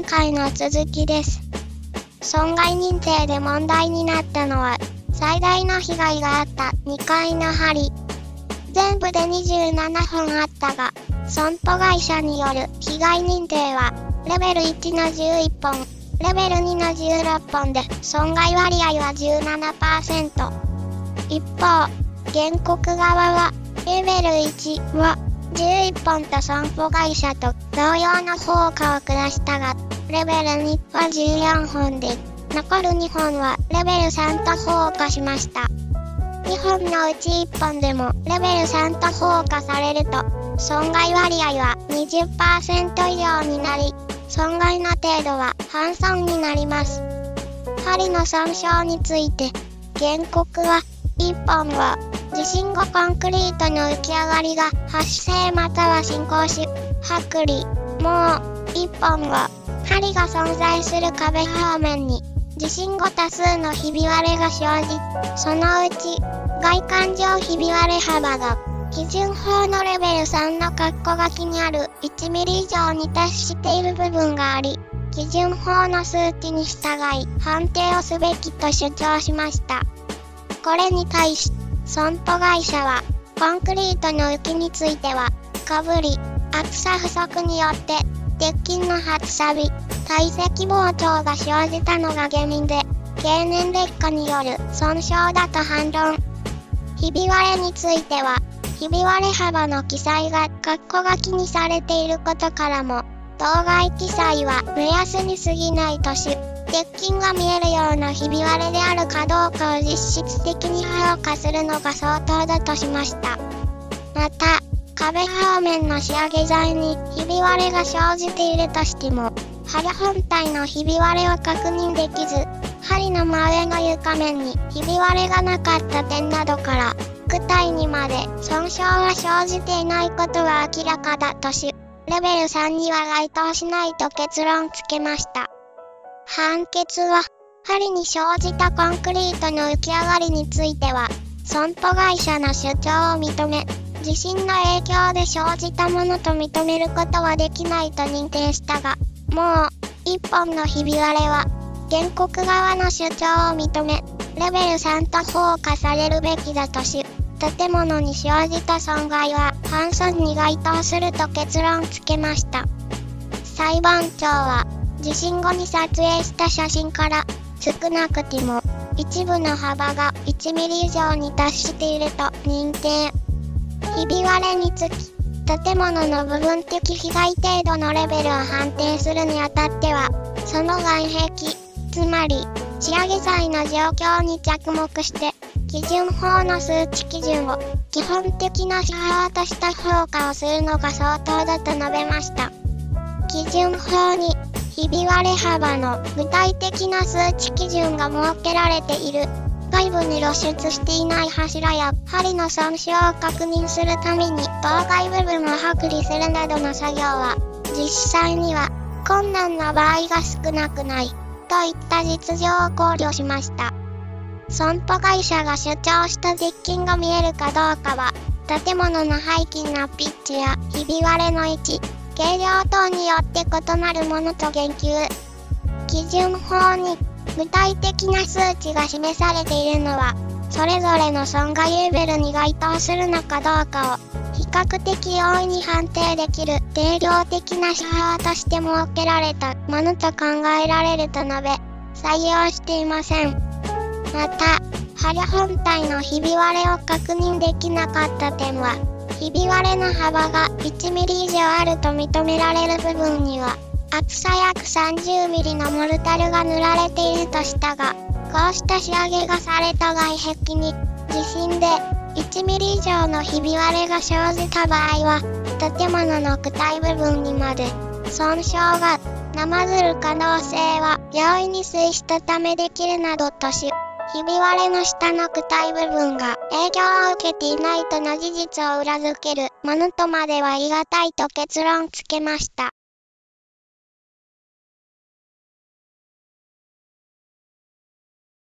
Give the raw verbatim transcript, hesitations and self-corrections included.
回の続きです。損害認定で問題になったのは、最大の被害があったにかいの針。全部でにじゅうななほんあったが、損保会社による被害認定は、レベルいちのじゅういっぽん、レベルにのじゅうろっぽんで、損害割合は じゅうななパーセント。一方、原告側は、レベルいちはじゅういっぽんと損保会社と同様の評価を下したが、レベルにはじゅうよんほんで、残るにほんはレベルさんと評価しました。にほんのうちいっぽんでもレベルさんと評価されると、損害割合は にじゅっパーセント 以上になり、損害の程度は半損になります。針の損傷について、原告はいっぽんは地震後コンクリートの浮き上がりが発生または進行し、剥離。もういっぽんは針が存在する壁表面に地震後多数のひび割れが生じ、そのうち外観上ひび割れ幅が基準法のレベルさんの括弧書きにあるいちミリ以上に達している部分があり、基準法の数値に従い判定をすべきと主張しました。これに対し、損保会社は、コンクリートの浮きについては、かぶり、厚さ不足によって、鉄筋の初錆び、堆積膨張が生じたのが原因で、経年劣化による損傷だと反論。ひび割れについては、ひび割れ幅の記載が括弧書きにされていることからも、当該記載は目安に過ぎないとし、鉄筋が見えるようなひび割れであるかどうかを実質的に評価するのが相当だとしました。また、壁表面の仕上げ材にひび割れが生じているとしても、針本体のひび割れを確認できず、針の真上の床面にひび割れがなかった点などから、躯体にまで損傷は生じていないことは明らかだとし、レベルさんには該当しないと結論付けました。判決は、針に生じたコンクリートの浮き上がりについては、損保会社の主張を認め、地震の影響で生じたものと認めることはできないと認定したが、もう、一本のひび割れは、原告側の主張を認め、レベルさんと評価されるべきだとし、建物に生じた損害は半損に該当すると結論付けました。裁判長は、地震後に撮影した写真から、少なくても一部の幅がいちミリ以上に達していると認定。ひび割れにつき、建物の部分的被害程度のレベルを判定するにあたっては、その外壁、つまり仕上げ材の状況に着目して、基準法の数値基準を基本的な指標とした評価をするのが相当だと述べました。基準法にひび割れ幅の具体的な数値基準が設けられている。外部に露出していない柱や針の損傷を確認するために当該部分を剥離するなどの作業は実際には困難な場合が少なくないといった実情を考慮しました。損保会社が主張した鉄筋が見えるかどうかは建物の背筋のピッチやひび割れの位置、形状等によって異なるものと言及。基準法に具体的な数値が示されているのは、それぞれの損害レベルに該当するのかどうかを比較的容易に判定できる定量的な指標として設けられたものと考えられると述べ、採用していません。また、針本体のひび割れを確認できなかった点は、ひび割れの幅がいちミリ以上あると認められる部分には、厚さ約さんじゅうミリのモルタルが塗られているとしたが、こうした仕上げがされた外壁に、地震でいちミリ以上のひび割れが生じた場合は、建物の躯体部分にまで損傷が生ずる可能性は容易に推したためできるなどとし、ひび割れの下の躯体部分が影響を受けていないとの事実を裏付けるものとまでは言い難いと結論付けました。